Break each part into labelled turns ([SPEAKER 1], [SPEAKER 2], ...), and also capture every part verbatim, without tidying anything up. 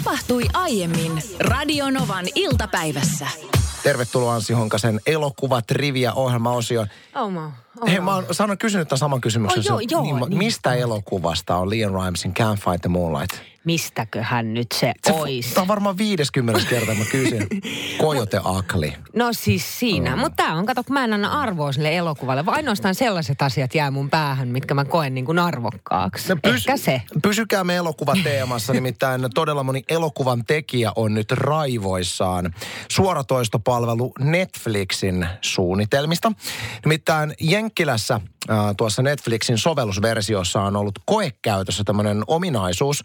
[SPEAKER 1] tapahtui aiemmin Radionovan iltapäivässä.
[SPEAKER 2] Tervetuloa Anssi Honkasen elokuvat riviä ohjelmaosioon.
[SPEAKER 1] Oh, ma, oh,
[SPEAKER 2] Hei, mä oon saanut kysynyt tämän saman kysymyksen.
[SPEAKER 1] Oh, joo, joo,
[SPEAKER 2] niin,
[SPEAKER 1] niin.
[SPEAKER 2] Mistä elokuvasta on Leon Rimesin Can't Fight the Moonlight?
[SPEAKER 1] Mistäköhän nyt se, se ois?
[SPEAKER 2] Tämä on varmaan viideskymmenes kerta, mä kysyn. Coyote Ugly.
[SPEAKER 1] No siis siinä. Mm. Mutta tää on, kato, kun mä en anna arvoa sille elokuvalle, vaan ainoastaan sellaiset asiat jää mun päähän, mitkä mä koen niin kuin arvokkaaksi. No, pys- Ehkä se.
[SPEAKER 2] Pysykäämme elokuvateemassa, nimittäin todella moni elokuvan tekijä on nyt raivoissaan suoratoistopalvelu Netflixin suunnitelmista. Nimittäin Jenkkilässä äh, tuossa Netflixin sovellusversiossa on ollut koekäytössä tämmöinen ominaisuus,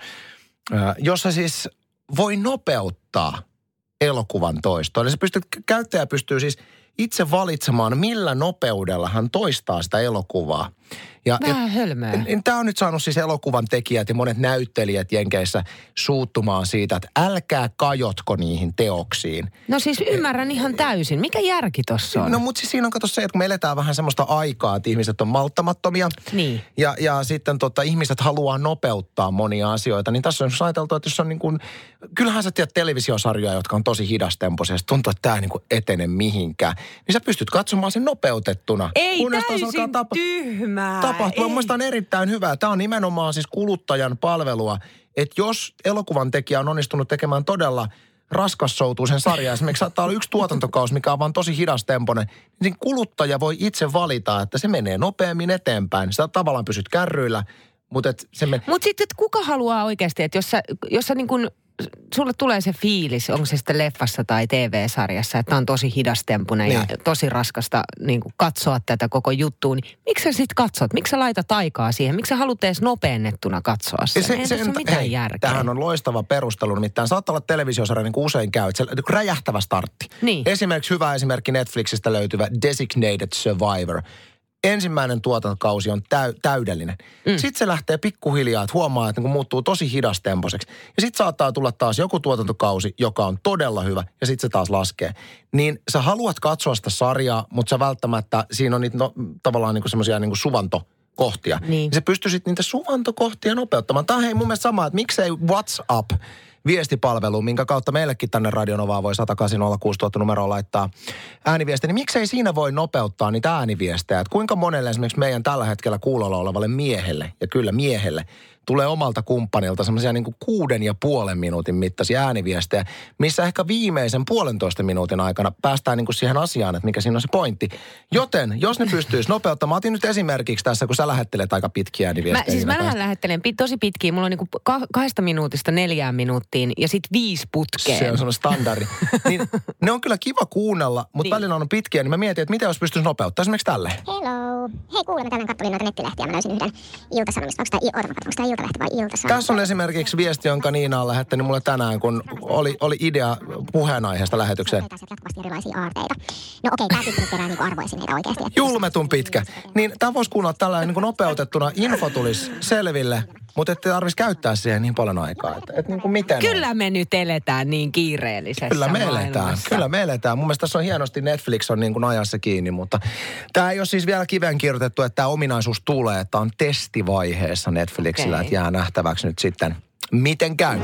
[SPEAKER 2] jossa siis voi nopeuttaa elokuvan toistoa. Eli se pystyy, käyttäjä pystyy siis itse valitsemaan, millä nopeudella hän toistaa sitä elokuvaa. Ja,
[SPEAKER 1] Vähän hölmöä.
[SPEAKER 2] Tämä on nyt saanut siis elokuvan tekijät ja monet näyttelijät Jenkeissä suuttumaan siitä, että älkää kajotko niihin teoksiin.
[SPEAKER 1] No siis ymmärrän ihan täysin. Mikä järki tossa on?
[SPEAKER 2] No mutta siis siinä on kato se, että kun me eletään vähän semmoista aikaa, että ihmiset on malttamattomia.
[SPEAKER 1] Niin.
[SPEAKER 2] Ja, ja sitten tota, ihmiset haluaa nopeuttaa monia asioita. Niin tässä on ajateltu, että jos on niin kuin, kyllähän sä tiedät televisiosarjoja, jotka on tosi hidastempoisia. Ja tuntuu, että tämä ei niin kuin etene mihinkään. Niin sä pystyt katsomaan sen nopeutettuna.
[SPEAKER 1] Ei
[SPEAKER 2] Kunnes
[SPEAKER 1] täysin
[SPEAKER 2] tapa-
[SPEAKER 1] tyhmää.
[SPEAKER 2] Tapahtuu. Mielestäni on erittäin hyvä. Tämä on nimenomaan siis kuluttajan palvelua, että jos elokuvan tekijä on onnistunut tekemään todella raskassoutuisen sarjan, esimerkiksi saattaa olla yksi tuotantokausi, mikä on vaan tosi hidastempoinen, niin kuluttaja voi itse valita, että se menee nopeammin eteenpäin. Sä tavallaan pysyt kärryillä, mutta et se men...
[SPEAKER 1] Mutta sitten kuka haluaa oikeasti, että jos sä, jos sä niin kun, sulle tulee se fiilis, onko se sitten leffassa tai T V-sarjassa, että on tosi hidastempoinen niin. ja tosi raskasta niin kuin katsoa tätä koko juttua, niin miksi sä sitten katsot? Miksi sä laitat aikaa siihen? Miksi sä haluat edes nopeennettuna katsoa sen?
[SPEAKER 2] Se,
[SPEAKER 1] Eihän
[SPEAKER 2] se,
[SPEAKER 1] tässä ole mitään
[SPEAKER 2] hei,
[SPEAKER 1] järkeä.
[SPEAKER 2] Tämähän on loistava perustelu, nimittäin saattaa olla televisiosarja, niin kuin usein käy, että se on räjähtävä startti.
[SPEAKER 1] Niin.
[SPEAKER 2] Esimerkiksi hyvä esimerkki Netflixistä löytyvä Designated Survivor. Ensimmäinen tuotantokausi on täy- täydellinen. Mm. Sitten se lähtee pikkuhiljaa, että huomaa, että niin muuttuu tosi hidastempoiseksi. Ja sitten saattaa tulla taas joku tuotantokausi, joka on todella hyvä, ja sitten se taas laskee. Niin sä haluat katsoa sitä sarjaa, mutta sä välttämättä, siinä on niitä no, tavallaan niin semmoisia niin suvantokohtia.
[SPEAKER 1] Niin.
[SPEAKER 2] Ja sä pystyisit niitä suvantokohtia nopeuttamaan. Tämä on hei mun mielestä sama, että miksei WhatsApp viestipalvelu, minkä kautta meillekin tänne Radionovaa voi sata kahdeksan nolla kuusi tuhatta numeroa laittaa ääniviestiä, niin miksei siinä voi nopeuttaa niitä ääniviestejä? Että kuinka monelle esimerkiksi meidän tällä hetkellä kuulolla olevalle miehelle, ja kyllä miehelle, tulee omalta kumppanilta semmoisia niin kuin kuuden ja puolen minuutin mittaisia ääniviestejä, missä ehkä viimeisen puolentoista minuutin aikana päästään niin kuin siihen asiaan, että mikä siinä on se pointti. Joten, jos ne pystyisi nopeuttamaan, mä otin nyt esimerkiksi tässä, kun sä lähettelet aika pitkiä ääniviestejä.
[SPEAKER 1] Mä, siis mä lähden lähettelen pit, tosi pitkiä. Mulla on niin kuin ka- kahdesta minuutista neljään minuuttiin ja sitten viisi putkeen.
[SPEAKER 2] Se on semmoinen standardi. Niin, ne on kyllä kiva kuunnella, mutta niin. Välillä on pitkiä, niin mä mietin, että mitä jos pystyisi nopeuttaa esimerkiksi tälle.
[SPEAKER 3] Hello. Hei kuule, mä tänään kattelin noita nettilehtiä. Mä löysin yhden Ilta-Sanomista. Onko tää, oota, onko tää Iltalehti vai Ilta-Sanomat?
[SPEAKER 2] Tässä on esimerkiksi viesti, jonka Niina on lähettänyt mulle tänään, kun oli, oli idea puheenaiheesta lähetykseen.
[SPEAKER 3] Tässä jatkuvasti erilaisia aarteita. No okei, tää tyyppi nyt kerää niinku arvoesineitä oikeasti.
[SPEAKER 2] Julmetun pitkä. Niin tämä voisi kuunnella tällainen niin kuin nopeutettuna. Info tulisi selville, mutta ette tarvitsisi käyttää siihen niin paljon aikaa. Että, et niin kuin miten
[SPEAKER 1] Kyllä
[SPEAKER 2] on?
[SPEAKER 1] me nyt eletään niin kiireellisessä
[SPEAKER 2] Kyllä me
[SPEAKER 1] maailmassa.
[SPEAKER 2] eletään. Kyllä me eletään. Mun mielestä tässä on hienosti, Netflix on niin kuin ajassa kiinni, mutta tämä ei ole siis vielä kiveen kirjoitettu, että tämä ominaisuus tulee, että on testivaiheessa Netflixillä,
[SPEAKER 1] Okay.
[SPEAKER 2] että jää nähtäväksi nyt sitten, miten käy.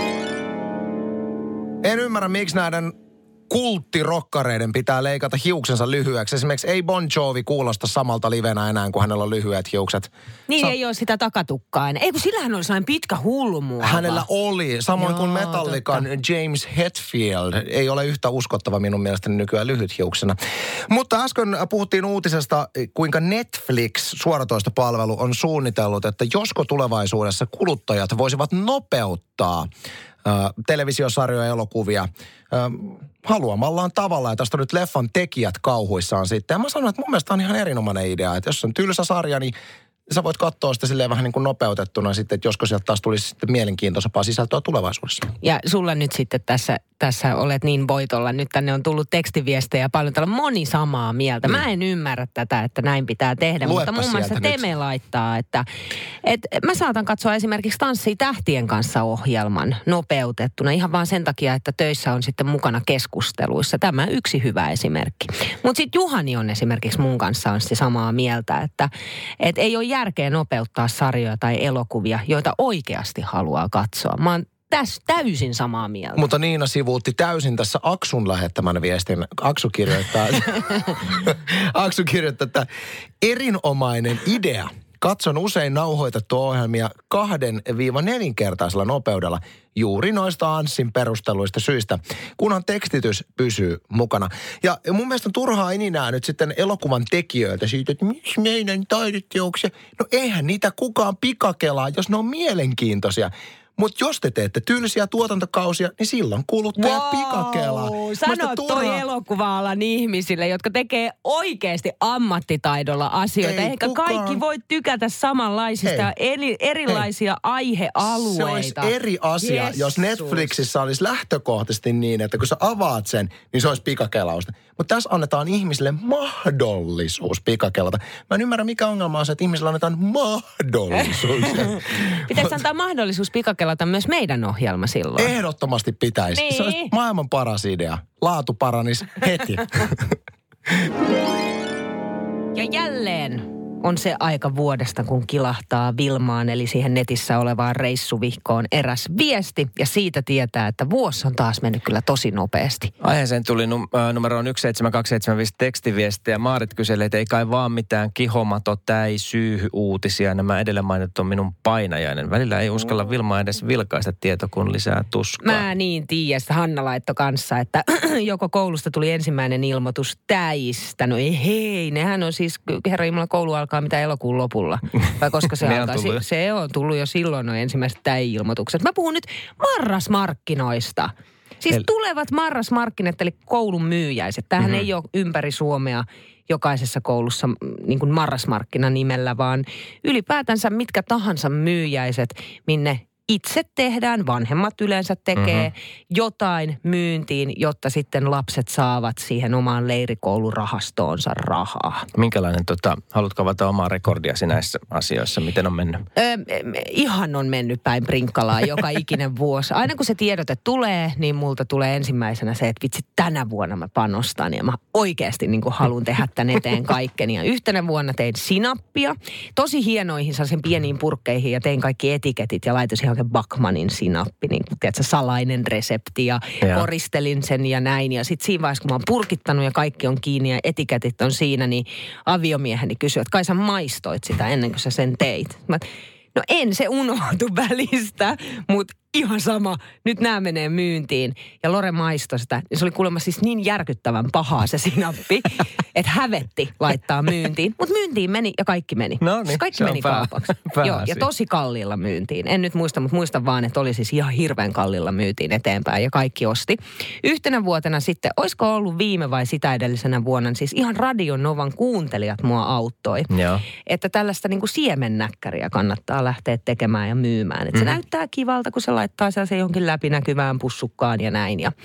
[SPEAKER 2] En ymmärrä, miksi näiden kulttirokkareiden pitää leikata hiuksensa lyhyeksi. Esimerkiksi ei Bon Jovi kuulosta samalta livenä enää, kun hänellä on lyhyet hiukset.
[SPEAKER 1] Niin
[SPEAKER 2] Sa-
[SPEAKER 1] ei ole sitä takatukkaa enää. Ei kun sillähän oli sellainen pitkä hullumuova.
[SPEAKER 2] Hänellä oli, samoin
[SPEAKER 1] Joo,
[SPEAKER 2] kuin Metallican
[SPEAKER 1] totta.
[SPEAKER 2] James Hetfield. Ei ole yhtä uskottava minun mielestäni nykyään lyhythiuksena. Mutta äsken puhuttiin uutisesta, kuinka Netflix suoratoistopalvelu on suunnitellut, että josko tulevaisuudessa kuluttajat voisivat nopeuttaa televisiosarjoja, elokuvia haluamallaan tavalla. Ja tästä on nyt leffan tekijät kauhuissaan sitten. Ja mä sanoin, että mun mielestä on ihan erinomainen idea, että jos on tylsä sarja, niin sä voit katsoa sitä silleen vähän niin kuin nopeutettuna sitten, että josko sieltä taas tulisi sitten mielenkiintoisempaa sisältöä tulevaisuudessa.
[SPEAKER 1] Ja sulla nyt sitten tässä, tässä olet niin voitolla. Nyt tänne on tullut tekstiviestejä paljon. Täällä on moni samaa mieltä. Mä en ymmärrä tätä, että näin pitää tehdä.
[SPEAKER 2] Luepa
[SPEAKER 1] mutta muun muassa
[SPEAKER 2] sieltä
[SPEAKER 1] Teme
[SPEAKER 2] nyt.
[SPEAKER 1] laittaa, että, että mä saatan katsoa esimerkiksi Tanssii tähtien kanssa -ohjelman nopeutettuna. Ihan vaan sen takia, että töissä on sitten mukana keskusteluissa. Tämä yksi hyvä esimerkki. Mutta sitten Juhani on esimerkiksi mun kanssa on samaa mieltä, että, että ei ole järkeä nopeuttaa sarjoja tai elokuvia, joita oikeasti haluaa katsoa. Mä oon täs, täysin samaa mieltä.
[SPEAKER 2] Mutta Niina sivuutti täysin tässä Aksun lähettämän viestin. Aksu kirjoittaa, Aksu kirjoittaa, että erinomainen idea. Katson usein nauhoitettua ohjelmia kahden viiva nelinkertaisella nopeudella juuri noista Anssin perusteluista syistä, kunhan tekstitys pysyy mukana. Ja mun mielestä on turhaa ininää nyt sitten elokuvan tekijöiltä siitä, että miksi meidän taideteoksia. No eihän niitä kukaan pikakelaa, jos ne on mielenkiintoisia. Mutta jos te teette tylsiä tuotantokausia, niin silloin kuluttajat wow, pikakelaa.
[SPEAKER 1] Sano toi elokuva-alan ihmisille, jotka tekee oikeasti ammattitaidolla asioita.
[SPEAKER 2] Ei
[SPEAKER 1] Eikä
[SPEAKER 2] kukaan.
[SPEAKER 1] kaikki voi tykätä samanlaisista ja eri, erilaisia Ei. aihealueita.
[SPEAKER 2] Se olisi eri asia, Jessus. Jos Netflixissä olisi lähtökohtaisesti niin, että kun sä avaat sen, niin se olisi pikakelausta. Mutta tässä annetaan ihmisille mahdollisuus pikakelata. Mä en ymmärrä, mikä ongelma on se, että ihmisille annetaan mahdollisuus.
[SPEAKER 1] Pitäisi antaa mahdollisuus pikakelata myös meidän ohjelma silloin.
[SPEAKER 2] Ehdottomasti pitäisi. Niin. Se olisi maailman paras idea. Laatu paranisi heti.
[SPEAKER 1] Ja jälleen on se aika vuodesta, kun kilahtaa Vilmaan, eli siihen netissä olevaan reissuvihkoon eräs viesti. Ja siitä tietää, että vuosi on taas mennyt kyllä tosi nopeasti.
[SPEAKER 4] Aiheeseen tuli num- äh, numeroon yksi seitsemän kaksi seitsemän viisi tekstiviestiä. Maarit kyselee, että ei kai vaan mitään kihomato, täi, syyhy uutisia. Nämä edellä mainitut on minun painajainen. Välillä ei uskalla Vilmaa edes vilkaista tieto, kun lisää tuskaa.
[SPEAKER 1] Mä niin tiedän, että Hanna laittoi kanssa, että joko koulusta tuli ensimmäinen ilmoitus täistä. No ei hei, nehän on siis, herra Jumala, koulu alkaa mitä elokuun lopulla. Vai koska se alkaa? Se, se on tullut jo silloin nuo ensimmäiset täi-ilmoitukset. Mä puhun nyt marrasmarkkinoista. Siis El... tulevat marrasmarkkinat, eli koulun myyjäiset. Tämähän mm-hmm. ei ole ympäri Suomea jokaisessa koulussa niin kuin marrasmarkkina nimellä, vaan ylipäätänsä mitkä tahansa myyjäiset, minne itse tehdään, vanhemmat yleensä tekee mm-hmm. jotain myyntiin, jotta sitten lapset saavat siihen omaan leirikoulurahastoonsa rahaa.
[SPEAKER 4] Minkälainen, tota, haluatko avata omaa rekordiasi näissä asioissa? Miten on mennyt?
[SPEAKER 1] Öö, ihan on mennyt päin prinkkalaa joka ikinen vuosi. Aina kun se tiedote tulee, niin multa tulee ensimmäisenä se, että vitsi, tänä vuonna mä panostan ja mä oikeasti niin kuin haluan tehdä tän eteen kaikkeni. Ja yhtenä vuonna tein sinappia, tosi hienoihin sellaisiin pieniin purkkeihin ja tein kaikki etiketit ja laitoin ihan Backmanin sinappi, niin kuin tiedätkö, salainen resepti ja, ja koristelin sen ja näin. Ja sitten siinä vaiheessa, kun mä oon purkittanut ja kaikki on kiinni ja etiketit on siinä, niin aviomieheni kysyi, että kai sä maistoit sitä ennen kuin sä sen teit. Mä, no en, se unohtu välistä, mutta ihan sama, nyt nämä menee myyntiin. Ja Lore maistoi sitä. Se oli kuulemma siis niin järkyttävän pahaa se sinappi, että hävetti laittaa myyntiin. Mutta myyntiin meni ja kaikki meni.
[SPEAKER 4] No niin,
[SPEAKER 1] siis kaikki
[SPEAKER 4] se
[SPEAKER 1] meni
[SPEAKER 4] pää,
[SPEAKER 1] kaupaksi. Joo, ja tosi kalliilla myyntiin. En nyt muista, mutta muistan vaan, että oli siis ihan hirveän kalliilla myytiin eteenpäin ja kaikki osti. Yhtenä vuotena sitten, olisiko ollut viime vai sitä edellisenä vuonna, siis ihan Radio Novan kuuntelijat mua auttoi.
[SPEAKER 4] Joo.
[SPEAKER 1] Että tällaista niin kuin siemennäkkäriä kannattaa lähteä tekemään ja myymään. Että se mm-hmm. näyttää kivalta, kun se laittaa sellaisen johonkin läpinäkyvään pussukkaan ja näin. Ja,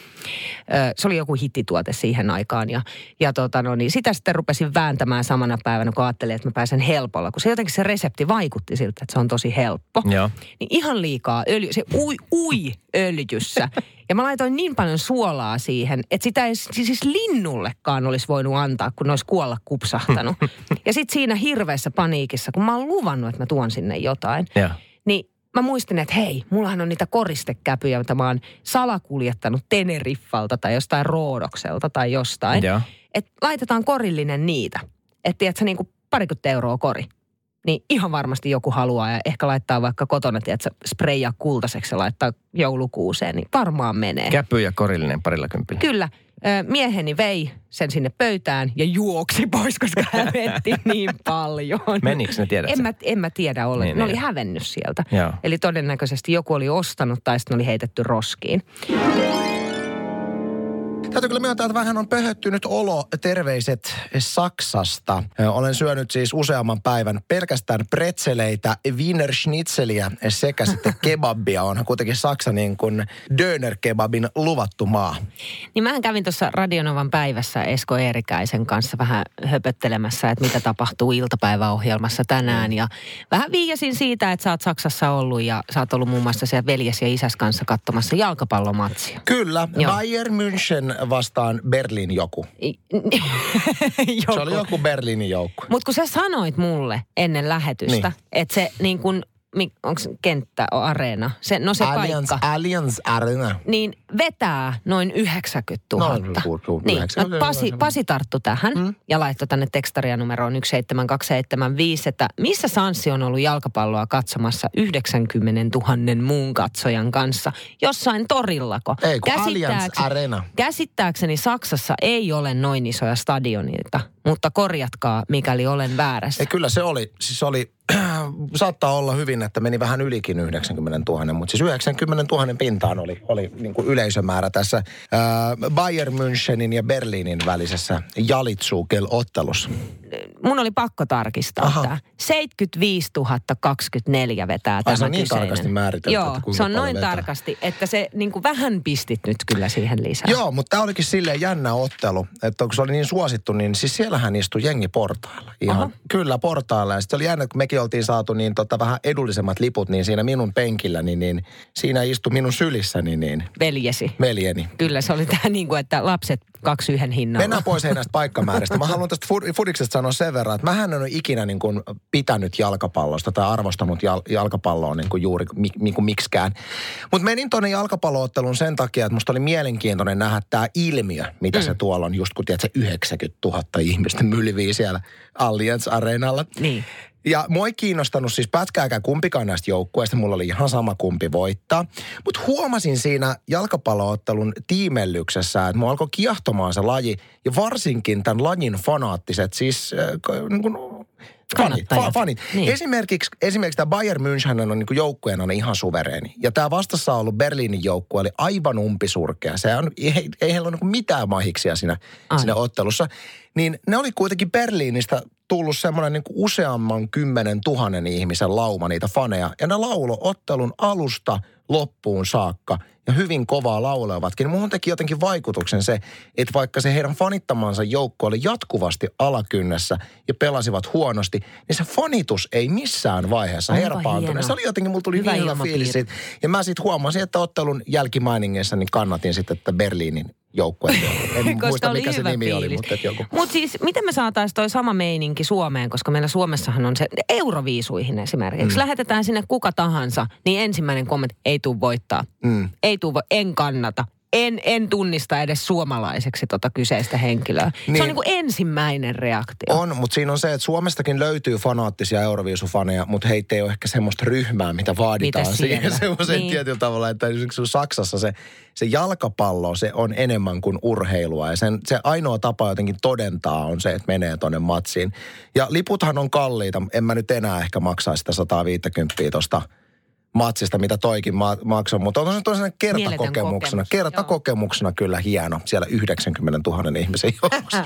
[SPEAKER 1] ö, se oli joku hittituote siihen aikaan. Ja, ja tota, no niin, sitä sitten rupesin vääntämään samana päivänä, kun ajattelin, että mä pääsen helpolla. Kun se jotenkin se resepti vaikutti siltä, että se on tosi helppo.
[SPEAKER 4] Joo.
[SPEAKER 1] Niin ihan liikaa öljy, se ui, ui öljyssä. Ja mä laitoin niin paljon suolaa siihen, että sitä ei siis linnullekaan olisi voinut antaa, kun ne olisi kuolla kupsahtanut. Ja sitten siinä hirveässä paniikissa, kun mä oon luvannut, että mä tuon sinne jotain,
[SPEAKER 4] ja.
[SPEAKER 1] niin mä muistin, että hei, mullahan on niitä koristekäpyjä, mitä mä oon salakuljettanut Teneriffalta tai jostain Roodokselta tai jostain. Että laitetaan korillinen niitä. Että tiedätkö, niin kuin parikymmentä euroa kori. Niin ihan varmasti joku haluaa ja ehkä laittaa vaikka kotona, tiedätkö, spreijaa kultaiseksi ja laittaa joulukuuseen, niin varmaan menee.
[SPEAKER 4] Käpy ja korillinen parilla kympillä.
[SPEAKER 1] Kyllä. Mieheni vei sen sinne pöytään ja juoksi pois, koska hävetti niin paljon.
[SPEAKER 4] Menikö ne, tiedätkö?
[SPEAKER 1] En mä, en mä tiedä ollenkaan. Niin, ne niin. oli hävennyt sieltä. Joo. Eli todennäköisesti joku oli ostanut tai sitten oli heitetty roskiin.
[SPEAKER 2] Täytyy kyllä myöntää, että vähän on pöhöttynyt olo. Terveiset Saksasta. Olen syönyt siis useamman päivän pelkästään pretzeleitä, Wiener Schnitzeliä sekä sitten kebabia. Onhan kuitenkin Saksa niin kuin döner-kebabin luvattu maa.
[SPEAKER 1] Niin mähän kävin tuossa Radio Novan päivässä Esko Eerikäisen kanssa vähän höpöttelemässä, että mitä tapahtuu iltapäiväohjelmassa tänään. Ja vähän viijasin siitä, että sä oot Saksassa ollut ja sä oot ollut muun muassa siellä veljes ja isäs kanssa katsomassa jalkapallomatsia.
[SPEAKER 2] Kyllä, Joo. Bayern München vastaan Berliin joku. joku. Se oli joku Berliinin joukko.
[SPEAKER 1] Mutta kun sä sanoit mulle ennen lähetystä, niin. että se niin kun onko kenttä, areena, se, no se
[SPEAKER 2] Allianz,
[SPEAKER 1] paikka.
[SPEAKER 2] Allianz Arena.
[SPEAKER 1] Niin vetää noin yhdeksänkymmentätuhatta.
[SPEAKER 2] No, ku-
[SPEAKER 1] niin,
[SPEAKER 2] yhdeksänkymmentä.
[SPEAKER 1] Pasi, Pasi tarttu tähän mm. ja laittoi tänne tekstaria numeroon yksi seitsemän kaksi seitsemän viisi, että missä Sanssi on ollut jalkapalloa katsomassa yhdeksänkymmentätuhatta muun katsojan kanssa jossain torillako?
[SPEAKER 2] Ei, kun Allianz Arena.
[SPEAKER 1] Käsittääkseni Saksassa ei ole noin isoja stadionilta, mutta korjatkaa, mikäli olen väärässä.
[SPEAKER 2] Ei, kyllä se oli, siis oli, saattaa olla hyvin, että meni vähän ylikin yhdeksänkymmentätuhatta, mutta siis yhdeksänkymmentätuhatta pintaan oli, oli niin kuin yleisömäärä tässä äh, Bayern Münchenin ja Berliinin välisessä Jalitsukel-ottelussa.
[SPEAKER 1] Mun oli pakko tarkistaa
[SPEAKER 2] Aha.
[SPEAKER 1] tämä. seitsemänkymmentäviisituhatta kaksikymmentäneljä vetää tämä
[SPEAKER 2] Ai, se on niin
[SPEAKER 1] kyseinen.
[SPEAKER 2] tarkasti määritelty,
[SPEAKER 1] Joo,
[SPEAKER 2] että kuinka
[SPEAKER 1] se on
[SPEAKER 2] paljon
[SPEAKER 1] noin
[SPEAKER 2] vetää.
[SPEAKER 1] tarkasti, että se niin kuin vähän pistit nyt kyllä siihen lisää.
[SPEAKER 2] Joo, mutta tämä olikin silleen jännä ottelu, että kun se oli niin suosittu, niin siis siellähän istui jengi portailla. Ihan,
[SPEAKER 1] Aha.
[SPEAKER 2] kyllä portailla. Ja sitten oli jännä, kun mekin oltiin saatu niin tota, vähän edullisemmat liput, niin siinä minun penkilläni, niin siinä istui minun sylissäni niin
[SPEAKER 1] Veljesi.
[SPEAKER 2] veljeni.
[SPEAKER 1] Kyllä se oli tämä niin kuin, että lapset kaksi yhden hinnalla.
[SPEAKER 2] Mennään pois hei näistä paikkamääristä. Mä haluan tästä Fudiksesta sanoa sen verran, että mähän en ole ikinä niin kuin pitänyt jalkapallosta tai arvostanut jal- jalkapalloa niin kuin juuri mi- niin kuin miksikään. Mutta menin tuonne jalkapallootteluun sen takia, että musta oli mielenkiintoinen nähdä tämä ilmiö, mitä mm. se tuolla on, just kun tiedät se yhdeksänkymmentätuhatta ihmistä mylvii siellä Allianz Arenalla.
[SPEAKER 1] Niin.
[SPEAKER 2] Ja mua ei kiinnostanut siis pätkääkään kumpikaan näistä joukkueista. Mulla oli ihan sama kumpi voittaa. Mutta huomasin siinä jalkapalloottelun tiimellyksessä, että mua alkoi kiehtomaan se laji. Ja varsinkin tämän lajin fanaattiset, siis äh, niin kuin fanit. Fa, fanit.
[SPEAKER 1] Niin.
[SPEAKER 2] Esimerkiksi, esimerkiksi tämä Bayern München on niin kuin joukkueena on ihan suvereeni. Ja tämä vastassa ollut Berliinin joukkue oli aivan umpisurkea. Se on, ei, ei heillä ole niin mitään mahiksia siinä, siinä ottelussa. Niin ne oli kuitenkin Berliinistä tullut semmoinen niin kuin useamman kymmenen tuhannen ihmisen lauma niitä faneja. Ja ne laulo ottelun alusta loppuun saakka. Ja hyvin kovaa laulevatkin. Muuhun teki jotenkin vaikutuksen se, että vaikka se heidän fanittamansa joukko oli jatkuvasti alakynnessä ja pelasivat huonosti, niin se fanitus ei missään vaiheessa herpaantunut. Se oli jotenkin, mulla tuli
[SPEAKER 1] hyvä
[SPEAKER 2] niin hyvä fiilis siitä. Ja mä sitten huomasin, että ottelun jälkimainingeissa niin kannatin sitten, että Berliinin joukkue. En muista, mikä se nimi fiilis. Oli, mutta joku.
[SPEAKER 1] Mutta siis, miten me saataisiin toi sama meininki Suomeen, koska meillä Suomessahan on se Euroviisuihin esimerkiksi. Mm. Lähetetään sinne kuka tahansa, niin ensimmäinen kommentti, ei tuu voittaa. Mm. Ei tuu, en kannata. En, en tunnista edes suomalaiseksi tota kyseistä henkilöä. Niin. Se on niin kuin ensimmäinen reaktio.
[SPEAKER 2] On, mutta siinä on se, että Suomestakin löytyy fanaattisia Euroviisufaneja, mutta heitä ei ole ehkä semmoista ryhmää, mitä vaaditaan mitä siihen semmoiseen niin. Tietyllä tavalla, että esimerkiksi Saksassa se, se jalkapallo, se on enemmän kuin urheilua. Ja sen, se ainoa tapa jotenkin todentaa on se, että menee tuonne matsiin. Ja liputhan on kalliita. En mä nyt enää ehkä maksaa sitä sata viisikymmentä tuosta matsista, mitä toikin ma- maksoi, mutta on se tosiaan kertakokemuksena. Kertakokemuksena kyllä hieno siellä yhdeksänkymmentätuhatta ihmisen joukossa.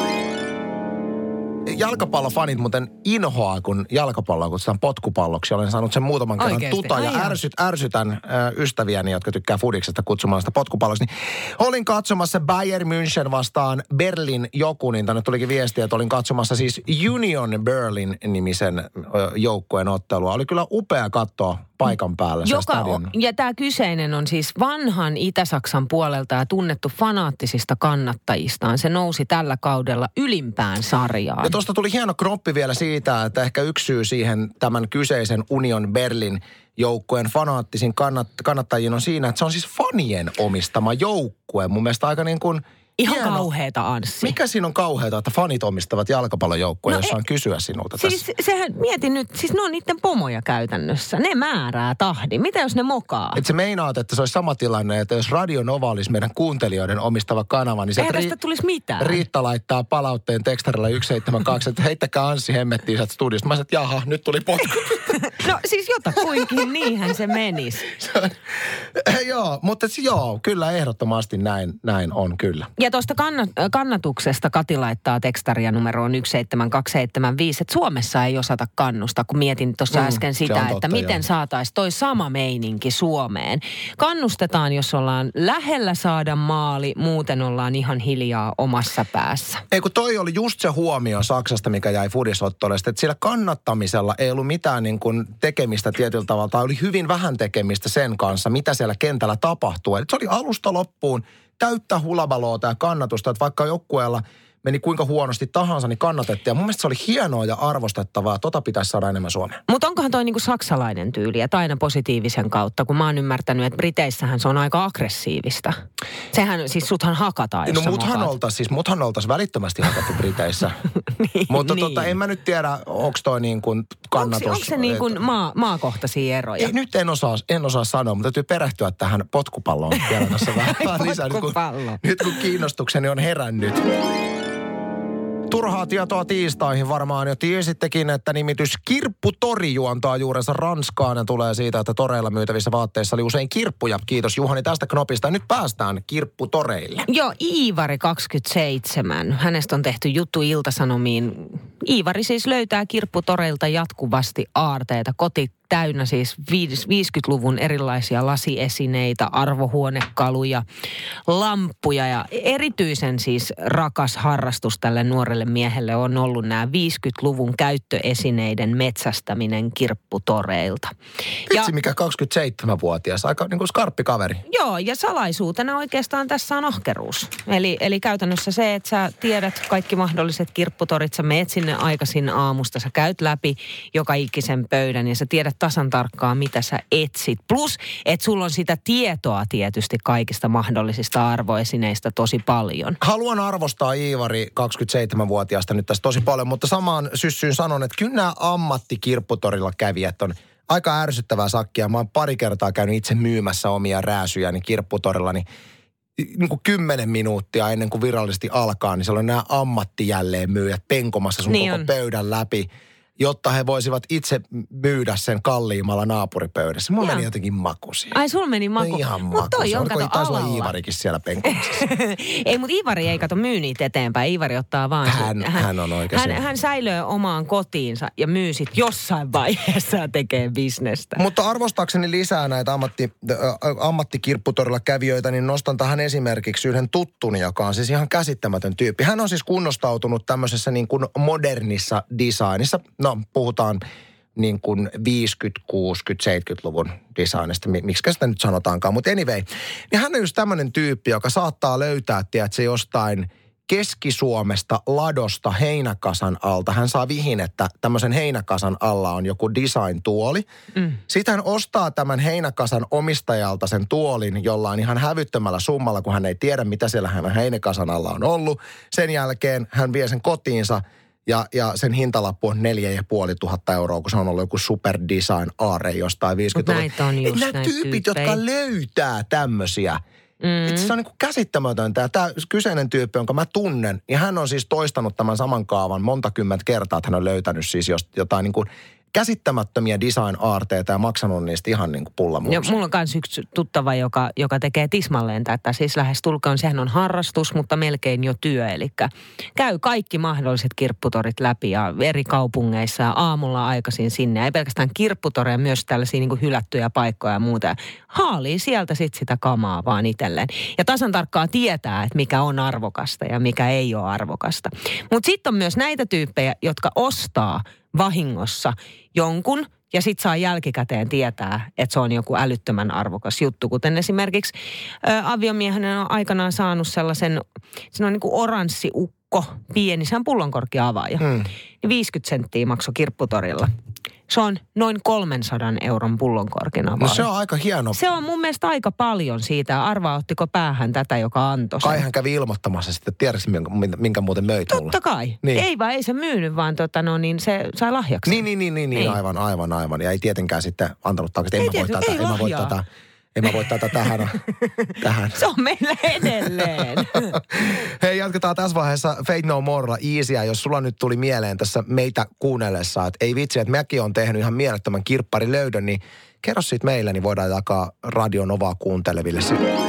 [SPEAKER 2] Jalkapallofanit muuten inhoaa, kun jalkapalloa kutsutaan potkupalloksi. Olen saanut sen muutaman kerran
[SPEAKER 1] oikeasti?
[SPEAKER 2] tuta ja ärsyt, ärsytän äh, ystäviäni, jotka tykkää Fudiksesta kutsumaan sitä potkupalloksi. Niin olin katsomassa Bayern München vastaan Berlin joku, niin tänne tulikin viestiä, että olin katsomassa siis Union Berlin-nimisen äh, joukkueen ottelua. Oli kyllä upea katsoa paikan päällä se
[SPEAKER 1] Joka
[SPEAKER 2] stadion.
[SPEAKER 1] On, ja tämä kyseinen on siis vanhan Itä-Saksan puolelta ja tunnettu fanaattisista kannattajistaan. Se nousi tällä kaudella ylimpään sarjaan.
[SPEAKER 2] Ja tuosta tuli hieno kroppi vielä siitä, että ehkä yksi syy siihen tämän kyseisen Union Berlin joukkueen fanaattisin kannat, kannattajien on siinä, että se on siis fanien omistama joukkue. Mun mielestä aika niin kuin
[SPEAKER 1] ihan
[SPEAKER 2] hieno.
[SPEAKER 1] Kauheeta, Anssi.
[SPEAKER 2] Mikä siinä on kauheata, että fanit omistavat jalkapallojoukkueen,
[SPEAKER 1] no
[SPEAKER 2] jos saan
[SPEAKER 1] e-
[SPEAKER 2] kysyä sinulta
[SPEAKER 1] siis
[SPEAKER 2] tässä?
[SPEAKER 1] Sehän, mietin nyt, siis ne on niiden pomoja käytännössä. Ne määrää tahdin. Mitä jos ne mokaa?
[SPEAKER 2] Että sä meinaat, että se olisi sama tilanne, että jos Radio Nova olisi meidän kuuntelijoiden omistava kanava, niin
[SPEAKER 1] eihän tästä
[SPEAKER 2] Ri-
[SPEAKER 1] tulisi mitään.
[SPEAKER 2] Riitta laittaa palautteen tekstarilla yksi seitsemän kaksi, että heittäkää Anssi hemmettiin sieltä studiosta. Mä sanoin, että jaha, nyt tuli potku.
[SPEAKER 1] No siis jotakuinkin niinhän se menisi.
[SPEAKER 2] Joo, mutta joo, kyllä ehdottomasti näin, näin on kyllä.
[SPEAKER 1] Ja tuosta kannat- kannatuksesta Kati laittaa tekstaria numeroon yksi seitsemän kaksi seitsemän viisi, että Suomessa ei osata kannustaa, kun mietin tuossa mm, äsken sitä, totta, että miten saataisiin toi sama meininki Suomeen. Kannustetaan, jos ollaan lähellä saada maali, muuten ollaan ihan hiljaa omassa päässä.
[SPEAKER 2] Ei kun toi oli just se huomio Saksasta, mikä jäi Fudisottollesta, että sillä kannattamisella ei ollut mitään niin kuin tekemistä tietyllä tavalla, tai oli hyvin vähän tekemistä sen kanssa, mitä siellä kentällä tapahtuu. Eli se oli alusta loppuun täyttä hulabaloota ja kannatusta, että vaikka joukkueella meni kuinka huonosti tahansa, niin kannatettiin. Ja mun mielestä se oli hienoa ja arvostettavaa. Tota pitäisi saada enemmän Suomeen.
[SPEAKER 1] Mutta onkohan toi niinku saksalainen tyyli, että aina positiivisen kautta, kun mä oon ymmärtänyt, että Briteissähän se on aika aggressiivista. Sehän, siis suthan hakataan, jos
[SPEAKER 2] No
[SPEAKER 1] sä
[SPEAKER 2] muthan
[SPEAKER 1] mokaat.
[SPEAKER 2] oltais, siis muthan oltais välittömästi hakattu Briteissä.
[SPEAKER 1] niin,
[SPEAKER 2] Mutta
[SPEAKER 1] niin.
[SPEAKER 2] tota, en mä nyt tiedä, onko toi niin kuin kannatus.
[SPEAKER 1] Onko se niin kuin maa, maakohtaisia eroja?
[SPEAKER 2] Ei, nyt en osaa, en osaa sanoa, mutta täytyy perehtyä tähän potkupalloon vielä tässä vähän lisää. Nyt kun, nyt kun kiinnostukseni on herännyt. Turhaa tietoa tiistaihin varmaan jo tiesittekin, että nimitys kirpputori juontaa juurensa Ranskaan ja tulee siitä, että toreilla myytävissä vaatteissa oli usein kirppuja. Kiitos Juhani tästä knopista. Ja nyt päästään kirpputoreille.
[SPEAKER 1] Joo, Iivari kaksikymmentäseitsemän. Hänestä on tehty juttu Ilta-Sanomiin. Iivari siis löytää kirpputoreilta jatkuvasti aarteita. Koti täynnä siis viisikymmentäluvun erilaisia lasiesineitä, arvohuonekaluja, lamppuja ja erityisen siis rakas harrastus tälle nuorelle miehelle on ollut nämä viisikymmentäluvun käyttöesineiden metsästäminen kirpputoreilta.
[SPEAKER 2] Vitsi, mikä kaksikymmentäseitsemänvuotias, aika niin kuin skarppi kaveri.
[SPEAKER 1] Joo, ja salaisuutena oikeastaan tässä on ahkeruus. Eli, eli käytännössä se, että sä tiedät kaikki mahdolliset kirpputorit, sä meet sinne aikaisin aamusta, sä käyt läpi joka ikisen pöydän ja sä tiedät tasan tarkkaan, mitä sä etsit. Plus, että sulla on sitä tietoa tietysti kaikista mahdollisista arvoesineistä tosi paljon.
[SPEAKER 2] Haluan arvostaa Iivari kaksikymmentäseitsemänvuotiaasta nyt tässä tosi paljon, mutta samaan syssyyn sanon, että kyllä nämä ammattikirpputorilla kävijät on aika ärsyttävää sakkia. Mä oon pari kertaa käynyt itse myymässä omia rääsyjäni kirpputorilla, niin niin kuin kymmenen minuuttia ennen kuin virallisesti alkaa, niin siellä on nämä ammattijälleenmyyjät penkomassa sun
[SPEAKER 1] niin
[SPEAKER 2] koko
[SPEAKER 1] on.
[SPEAKER 2] pöydän läpi, jotta he voisivat itse myydä sen kalliimmalla naapuripöydässä. Mulla
[SPEAKER 1] Joo.
[SPEAKER 2] meni jotenkin maku siihen.
[SPEAKER 1] Ai, sulla meni maku.
[SPEAKER 2] No ihan
[SPEAKER 1] Mut
[SPEAKER 2] maku.
[SPEAKER 1] toi on,
[SPEAKER 2] Onko
[SPEAKER 1] kato,
[SPEAKER 2] taisi olla
[SPEAKER 1] alalla.
[SPEAKER 2] Iivarikin siellä penkomassa?
[SPEAKER 1] Ei, mutta Iivari ei kato myy niitä eteenpäin. Iivari ottaa vaan...
[SPEAKER 2] Hän- hän on oikeasti.
[SPEAKER 1] Hän, hän säilöö omaan kotiinsa ja myy sit jossain vaiheessa ja tekee bisnestä.
[SPEAKER 2] Mutta arvostaakseni lisää näitä ammatti, äh, ammattikirpputorilla kävijöitä, niin nostan tähän esimerkiksi yhden tuttuni, joka on siis ihan käsittämätön tyyppi. Hän on siis kunnostautunut tämmöisessä niin kuin modernissa designissa. No, puhutaan niin kuin viisikymmentä-, kuusikymmentä-, seitsemänkymmentäluvun designista, miksi sitä nyt sanotaankaan. Mutta anyway, niin hän on just tämmöinen tyyppi, joka saattaa löytää, tiedätkö, jostain Keski-Suomesta ladosta heinäkasan alta. Hän saa vihin, että tämmöisen heinäkasan alla on joku design-tuoli. Mm. Sitten hän ostaa tämän heinäkasan omistajalta sen tuolin jollain ihan hävyttömällä summalla, kun hän ei tiedä, mitä siellä hänen heinäkasan alla on ollut. Sen jälkeen hän vie sen kotiinsa ja, ja sen hintalappu on neljä ja puoli tuhatta euroa, kun se on ollut joku super design aare jostain viisikymmentäluvun.
[SPEAKER 1] Mut näitä on just
[SPEAKER 2] Nämä
[SPEAKER 1] näitä
[SPEAKER 2] tyypit,
[SPEAKER 1] tyyppejä.
[SPEAKER 2] jotka löytää tämmöisiä. Mm. Se on niin kuin käsittämätöntä. Tämä kyseinen tyyppi, jonka mä tunnen, niin hän on siis toistanut tämän saman kaavan monta kymmentä kertaa, että hän on löytänyt siis jotain niin kuin käsittämättömiä design-aarteita ja maksanut niistä ihan niin kuin pullamuusia.
[SPEAKER 1] Mulla on myös yksi tuttava, joka, joka tekee tismalleen tätä. Siis lähes tulkoon, sehän on harrastus, mutta melkein jo työ. Eli käy kaikki mahdolliset kirpputorit läpi ja eri kaupungeissa ja aamulla aikaisin sinne. Ei pelkästään kirpputoreja, myös tällaisia niin kuin hylättyjä paikkoja ja muuta. Haalii sieltä sitten sitä kamaa vaan itselleen. Ja tasan tarkkaa tietää, että mikä on arvokasta ja mikä ei ole arvokasta. Mutta sitten on myös näitä tyyppejä, jotka ostaa vahingossa jonkun ja sitten saa jälkikäteen tietää, että se on joku älyttömän arvokas juttu. Kuten esimerkiksi ä, aviomiehen on aikanaan saanut sellaisen, se on niin kuin oranssi ukko, pieni, se on pullonkorkea avaaja. Hmm. Niin viisikymmentä senttiä maksoi kirpputorilla. Se on noin kolmensadan euron pullonkorkin avaaja.
[SPEAKER 2] No se on aika hieno.
[SPEAKER 1] Se on mun mielestä aika paljon siitä. Arvaa, ottiko päähän tätä, joka antoi sen.
[SPEAKER 2] Kai hän kävi ilmoittamassa sitten, tiedätkö minkä, minkä muuten möit mulle?
[SPEAKER 1] Totta kai.
[SPEAKER 2] Niin.
[SPEAKER 1] Ei vaan, ei se myynyt, vaan tota, no, niin se sai lahjaksi.
[SPEAKER 2] Niin, niin, niin, niin, niin. aivan, aivan, aivan. Ja ei tietenkään sitten antanut takaisin, että en, mä voi tätä,
[SPEAKER 1] ei
[SPEAKER 2] en mä voi tätä, en mä voi tätä tähän. tähän.
[SPEAKER 1] Se on meillä edelleen.
[SPEAKER 2] Hei, jatketaan tässä vaiheessa Fate No Morella Easyä, jos sulla nyt tuli mieleen tässä meitä kuunnellessa, että ei vitsi, että mäkin on tehnyt ihan mielettömän kirpparilöydön, niin kerro siitä meille, niin voidaan jakaa Radio Novaa kuunteleville.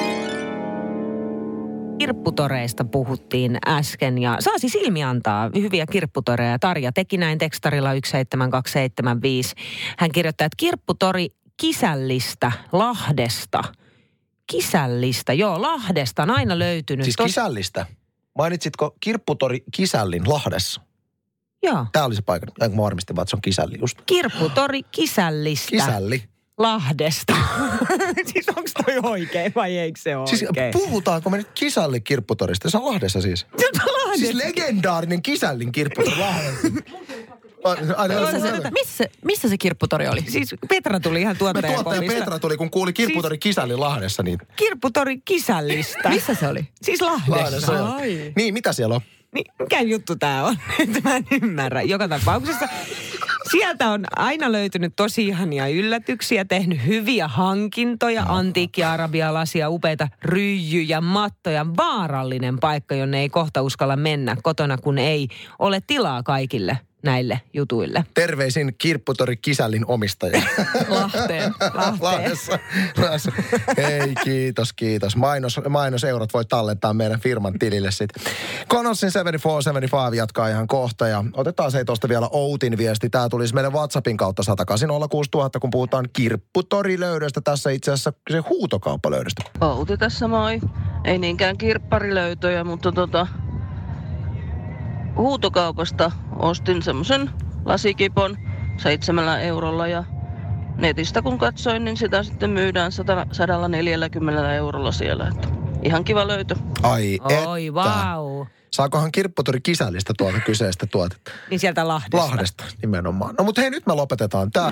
[SPEAKER 1] Kirpputoreista puhuttiin äsken ja saa siis ilmiantaa hyviä kirpputoreja. Tarja teki näin tekstarilla yksi seitsemän kaksi seitsemän viisi. Hän kirjoittaa, että kirpputori Kisällistä, Lahdesta. Kisällistä, joo, Lahdesta on aina löytynyt.
[SPEAKER 2] Siis
[SPEAKER 1] Tos...
[SPEAKER 2] Kisällistä. Mainitsitko kirpputori Kisällin Lahdessa?
[SPEAKER 1] Joo.
[SPEAKER 2] Tämä oli se paikka. Ja mä varmistin vaan, että se on Kisälli just.
[SPEAKER 1] Kirpputori Kisällistä.
[SPEAKER 2] Kisälli.
[SPEAKER 1] Lahdesta. Siis onko toi oikein vai eikö se ole
[SPEAKER 2] Siis
[SPEAKER 1] oikein?
[SPEAKER 2] puhutaanko me nyt Kisälli kirpputorista? Se on Lahdessa siis.
[SPEAKER 1] Lahdessa.
[SPEAKER 2] Siis legendaarinen Kisällin kirpputori Lahdessa.
[SPEAKER 5] Missä se, missä, missä se kirpputori oli?
[SPEAKER 1] Siis Petra tuli ihan tuottajan
[SPEAKER 2] tuottaja Petra tuli, kun kuuli kirpputori siis, Kisällin Lahdessa. Niin...
[SPEAKER 1] Kirpputori Kisällistä.
[SPEAKER 5] Missä se oli?
[SPEAKER 1] Siis Lahdessa.
[SPEAKER 2] Lahdessa niin, mitä siellä on?
[SPEAKER 1] Niin, mikä juttu tää on? Nyt mä en ymmärrä. Joka tapauksessa sieltä on aina löytynyt tosi ihania yllätyksiä, tehnyt hyviä hankintoja, antiikki-arabialaisia, upeita ryijyjä, mattoja. Vaarallinen paikka, jonne ei kohta uskalla mennä kotona, kun ei ole tilaa kaikille näille jutuille.
[SPEAKER 2] Terveisin kirpputori Kisällin omistaja.
[SPEAKER 5] Lahteen. Lahteen.
[SPEAKER 2] Lahdessa. Lahdessa. Hei, kiitos, kiitos. Mainos, mainoseurot voi tallentaa meidän firman tilille sitten. Konossin seitsemänkymmentäneljä seitsemänkymmentäviisi jatkaa ihan kohta ja otetaan se tuosta vielä Outin viesti. Tämä tulisi meidän WhatsAppin kautta sata kahdeksan nolla kuusi nolla nolla nolla, kun puhutaan kirpputorilöydöstä. Tässä itse asiassa se huutokauppalöydöstä.
[SPEAKER 6] Outi tässä moi. Ei niinkään kirpparilöytöjä, mutta tota... huutokaupasta ostin semmoisen lasikipon seitsemällä eurolla ja netistä kun katsoin, niin sitä sitten myydään sata neljäkymmentä eurolla siellä. Että ihan kiva löytö.
[SPEAKER 2] Ai
[SPEAKER 1] Oi,
[SPEAKER 2] että.
[SPEAKER 1] vau.
[SPEAKER 2] Saakohan kirpputori Kisällistä tuolta kyseistä tuotetta?
[SPEAKER 1] Niin sieltä Lahdesta.
[SPEAKER 2] Lahdesta nimenomaan. No mutta hei, nyt me lopetetaan tää.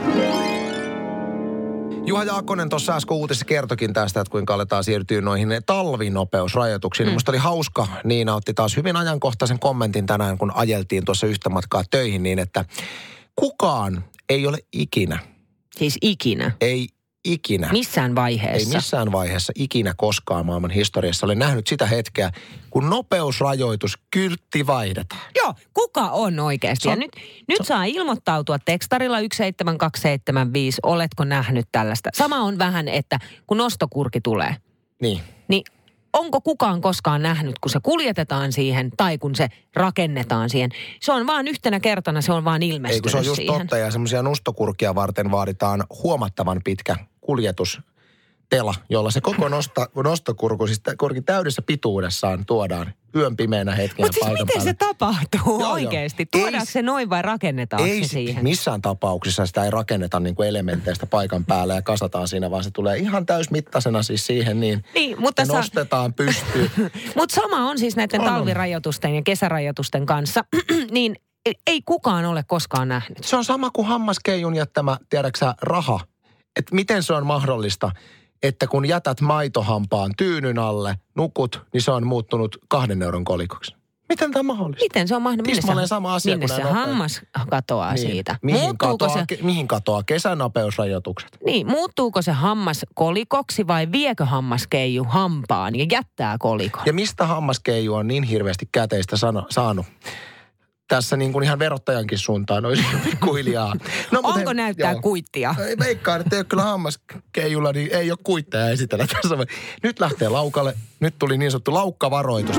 [SPEAKER 2] Juha Jaakkonen tuossa äsken uutisessa kertokin tästä, että kuinka aletaan siirtyä noihin talvinopeusrajoituksiin. Mm. Musta oli hauska, Niina otti taas hyvin ajankohtaisen kommentin tänään, kun ajeltiin tuossa yhtä matkaa töihin niin, että kukaan ei ole ikinä.
[SPEAKER 1] Siis ikinä?
[SPEAKER 2] Ei ikinä.
[SPEAKER 1] Missään vaiheessa?
[SPEAKER 2] Ei missään vaiheessa ikinä koskaan maailman historiassa ole nähnyt sitä hetkeä, kun nopeusrajoituskyltti vaihdetaan.
[SPEAKER 1] Joo, kuka on oikeasti? On, ja nyt, nyt saa ilmoittautua tekstarilla yksi seitsemän kaksi seitsemän viisi, oletko nähnyt tällaista? Sama on vähän, että kun nostokurki tulee.
[SPEAKER 2] Niin.
[SPEAKER 1] Niin onko kukaan koskaan nähnyt, kun se kuljetetaan siihen tai kun se rakennetaan siihen? Se on vaan yhtenä kertana, se on vaan ilmestynyt siihen.
[SPEAKER 2] Ei kun se on just
[SPEAKER 1] siihen.
[SPEAKER 2] totta ja semmoisia nostokurkia varten vaaditaan huomattavan pitkä kuljetustela, jolla se koko nosta, nostokurku, siis kurki täydessä pituudessaan tuodaan yön pimeänä hetkenä
[SPEAKER 1] Mutta siis
[SPEAKER 2] paikan
[SPEAKER 1] miten
[SPEAKER 2] päälle.
[SPEAKER 1] se tapahtuu
[SPEAKER 2] joo,
[SPEAKER 1] oikeasti?
[SPEAKER 2] Joo.
[SPEAKER 1] Tuodaanko se noin vai rakennetaan
[SPEAKER 2] ei,
[SPEAKER 1] se siihen?
[SPEAKER 2] Missään tapauksessa sitä ei rakenneta niin kuin elementeistä paikan päällä ja kasataan siinä, vaan se tulee ihan täysmittaisena siis siihen niin,
[SPEAKER 1] niin mutta
[SPEAKER 2] sa- nostetaan pystyyn.
[SPEAKER 1] Mutta sama on siis näiden
[SPEAKER 2] on,
[SPEAKER 1] talvirajoitusten ja kesärajoitusten kanssa, niin ei kukaan ole koskaan nähnyt.
[SPEAKER 2] Se on sama kuin hammaskeijun jättämä, tiedäksä, raha. Että miten se on mahdollista, että kun jätät maitohampaan tyynyn alle, nukut, niin se on muuttunut kahden euron kolikoksi. Miten tämä on mahdollista?
[SPEAKER 1] Miten se on mahdollista?
[SPEAKER 2] Tismalleen sama asia
[SPEAKER 1] minne
[SPEAKER 2] kuin
[SPEAKER 1] se
[SPEAKER 2] nämä
[SPEAKER 1] hammas katoaa
[SPEAKER 2] niin.
[SPEAKER 1] siitä?
[SPEAKER 2] Mihin katoaa,
[SPEAKER 1] se...
[SPEAKER 2] ke, mihin katoaa kesänopeusrajoitukset?
[SPEAKER 1] Niin, muuttuuko se hammas kolikoksi vai viekö hammaskeiju hampaan ja jättää kolikon?
[SPEAKER 2] Ja mistä hammaskeiju on niin hirveästi käteistä sana, saanut? Tässä niin kuin ihan verottajankin suuntaan olisi pikkuhiljaa. No,
[SPEAKER 1] onko he, näyttää joo. kuittia?
[SPEAKER 2] Ei veikkaan, että ei ole kyllä hammaskeijulla, niin ei ole kuitteja esitellä tässä. Nyt lähtee laukalle. Nyt tuli niin sanottu laukkavaroitus.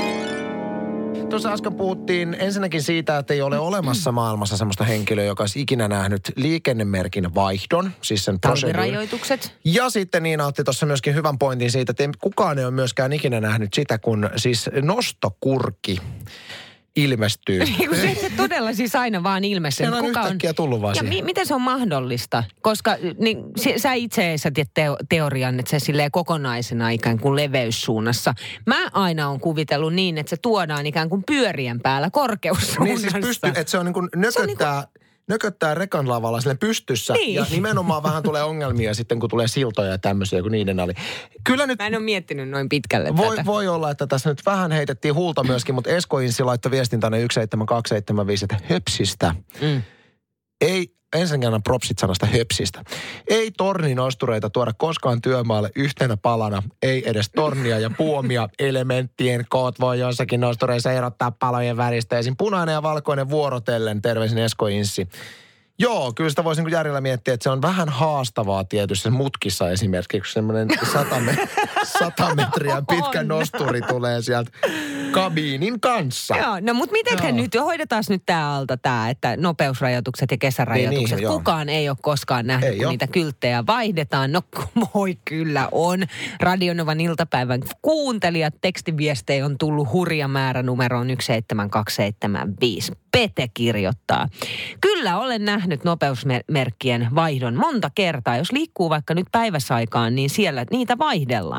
[SPEAKER 2] Tuossa äsken puhuttiin ensinnäkin siitä, että ei ole olemassa maailmassa semmoista henkilöä, joka olisi ikinä nähnyt liikennemerkin vaihdon, siis sen
[SPEAKER 1] talvirajoitukset.
[SPEAKER 2] Ja sitten Niina otti tuossa myöskin hyvän pointin siitä, että kukaan ei ole myöskään ikinä nähnyt sitä, kun siis nostokurki ilmestyy.
[SPEAKER 1] se, se todella siis aina vaan ilmestyy.
[SPEAKER 2] Siellä on
[SPEAKER 1] Kuka
[SPEAKER 2] yhtäkkiä
[SPEAKER 1] on,
[SPEAKER 2] tullut vaan
[SPEAKER 1] ja mi, miten se on mahdollista? Koska niin, sä itse esität teo, teorian, että se silleen kokonaisena ikään kuin leveyssuunnassa. Mä aina on kuvitellut niin, että se tuodaan ikään kuin pyörien päällä korkeussuunnassa.
[SPEAKER 2] Niin siis pystyy, että se on niin kuin nököttää... Niin kuin nököttää rekan lavalla sille pystyssä.
[SPEAKER 1] Niin.
[SPEAKER 2] Ja nimenomaan vähän tulee ongelmia sitten, kun tulee siltoja ja tämmöisiä, kun niiden oli. Kyllä nyt...
[SPEAKER 1] Mä en ole miettinyt noin pitkälle
[SPEAKER 2] voi,
[SPEAKER 1] tätä.
[SPEAKER 2] Voi olla, että tässä nyt vähän heitettiin huulta myöskin, mutta Esko Inssi laittoi viestin tänne yksi seitsemän kaksi seitsemän viisi, että höpsistä. Mm. Ei, ensinnäkin annan propsit sanasta höpsistä. Ei torninostureita tuoda koskaan työmaalle yhtenä palana. Ei edes tornia ja puomia. Elementtien koot voi jossakin nostureissa erottaa palojen väristä. Esim. Punainen ja valkoinen vuorotellen. Terveisin Esko Inssi. Joo, kyllä sitä voisi niin kuin järjellä miettiä, että se on vähän haastavaa tietysti mutkissa esimerkiksi, semmoinen sata, me- sata metriä pitkä nosturi tulee sieltä kabiinin kanssa.
[SPEAKER 1] Joo, no mutta mitenhän nyt, hoidetaan nyt tää alta tää, että nopeusrajoitukset ja kesärajoitukset. Niin, niin, kukaan ei ole koskaan nähnyt, ei kun ole. Niitä kylttejä vaihdetaan. No voi kyllä on. Radionovan iltapäivän kuuntelijat, tekstiviestejä on tullut hurja määrä numeroon yksi seitsemän kaksi seitsemän viisi. Pete kirjoittaa. Kyllä olen nähnyt nopeusmerkkien vaihdon monta kertaa. Jos liikkuu vaikka nyt päiväsaikaan, niin siellä niitä vaihdellaan.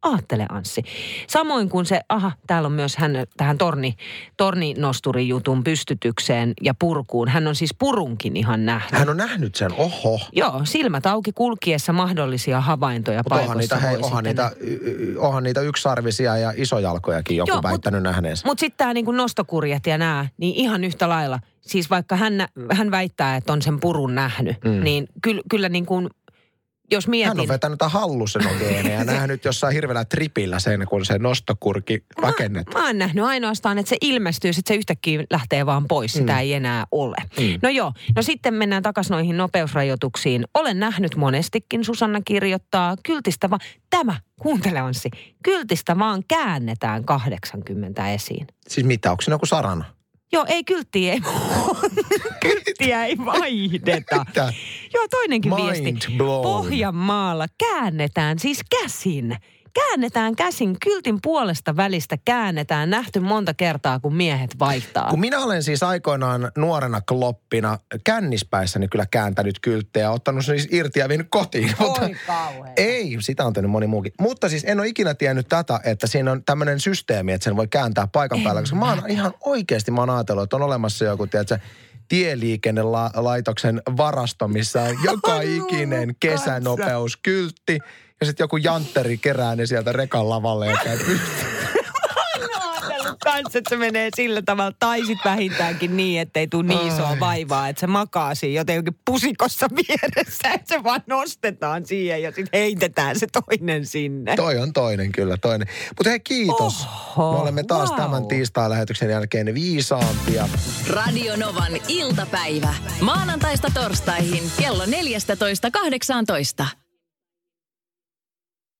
[SPEAKER 1] Aattele Anssi. Samoin kuin se, aha, täällä on myös hän tähän torni, torninosturijutun pystytykseen ja purkuun. Hän on siis purunkin ihan nähnyt.
[SPEAKER 2] Hän on nähnyt sen, oho.
[SPEAKER 1] Joo, silmät auki kulkiessa mahdollisia havaintoja
[SPEAKER 2] Mutta onhan niitä, hei, onhan, niitä, onhan niitä yksarvisia ja isojalkojakin joku Joo, väittänyt mut, nähneensä.
[SPEAKER 1] Mutta sitten tämä niinku nostokurjet ja nämä, niin ihan yhtä lailla. Siis vaikka hän, hän väittää, että on sen purun nähnyt, mm. niin kyllä, kyllä niin kuin, jos mietin...
[SPEAKER 2] Hän on vetänyt hallusinogeeneja ja nähnyt jossain hirveällä tripillä sen, kun se nostokurki rakennetaan.
[SPEAKER 1] Mä, mä oon nähnyt ainoastaan, että se ilmestyy, että se yhtäkkiä lähtee vaan pois. Sitä mm. ei enää ole. Mm. No joo, no sitten mennään takaisin noihin nopeusrajoituksiin. Olen nähnyt monestikin, Susanna kirjoittaa, kyltistä vaan, tämä, kuuntele Anssi, kyltistä vaan käännetään kahdeksankymmentä esiin.
[SPEAKER 2] Siis mitä, onko siinä joku sarana?
[SPEAKER 1] Joo, ei kylttiä, ei kylttiä ei vaihdeta.
[SPEAKER 2] Mitä?
[SPEAKER 1] Joo, toinenkin
[SPEAKER 2] Mind
[SPEAKER 1] viesti.
[SPEAKER 2] blown.
[SPEAKER 1] Pohjanmaalla käännetään siis käsin. Käännetään käsin, kyltin puolesta välistä käännetään. Nähty monta kertaa, kun miehet vaihtaa.
[SPEAKER 2] Kun minä olen siis aikoinaan nuorena kloppina kännispäissäni kyllä kääntänyt kylttejä, ottanut siis irti ja vienyt kotiin.
[SPEAKER 1] Oi
[SPEAKER 2] mutta
[SPEAKER 1] kauhean.
[SPEAKER 2] Ei, sitä on tehnyt moni muukin. Mutta siis en ole ikinä tiennyt tätä, että siinä on tämmöinen systeemi, että sen voi kääntää paikan päällä. Koska mä oon ihan oikeasti, mä oon ajatellut, että on olemassa joku, tiedätkö, tieliikennelaitoksen varasto, missä on joka ikinen kesänopeuskyltti. Ja sitten joku jantteri kerää ne sieltä rekan lavalle ja käy pystyyn.
[SPEAKER 1] Kanssa, että se menee sillä tavalla, tai sit vähintäänkin niin, ettei tule niin isoa vaivaa, että se makaa siinä jotenkin pusikossa vieressä, että se vaan nostetaan siihen ja sitten heitetään se toinen sinne.
[SPEAKER 2] Toi on toinen kyllä, toinen. Mutta hei, kiitos.
[SPEAKER 1] Oho,
[SPEAKER 2] me olemme taas
[SPEAKER 1] wow.
[SPEAKER 2] tämän tiistai-lähetyksen jälkeen viisaampia.
[SPEAKER 7] Radio Novan iltapäivä. Maanantaista torstaihin kello neljätoista kahdeksantoista.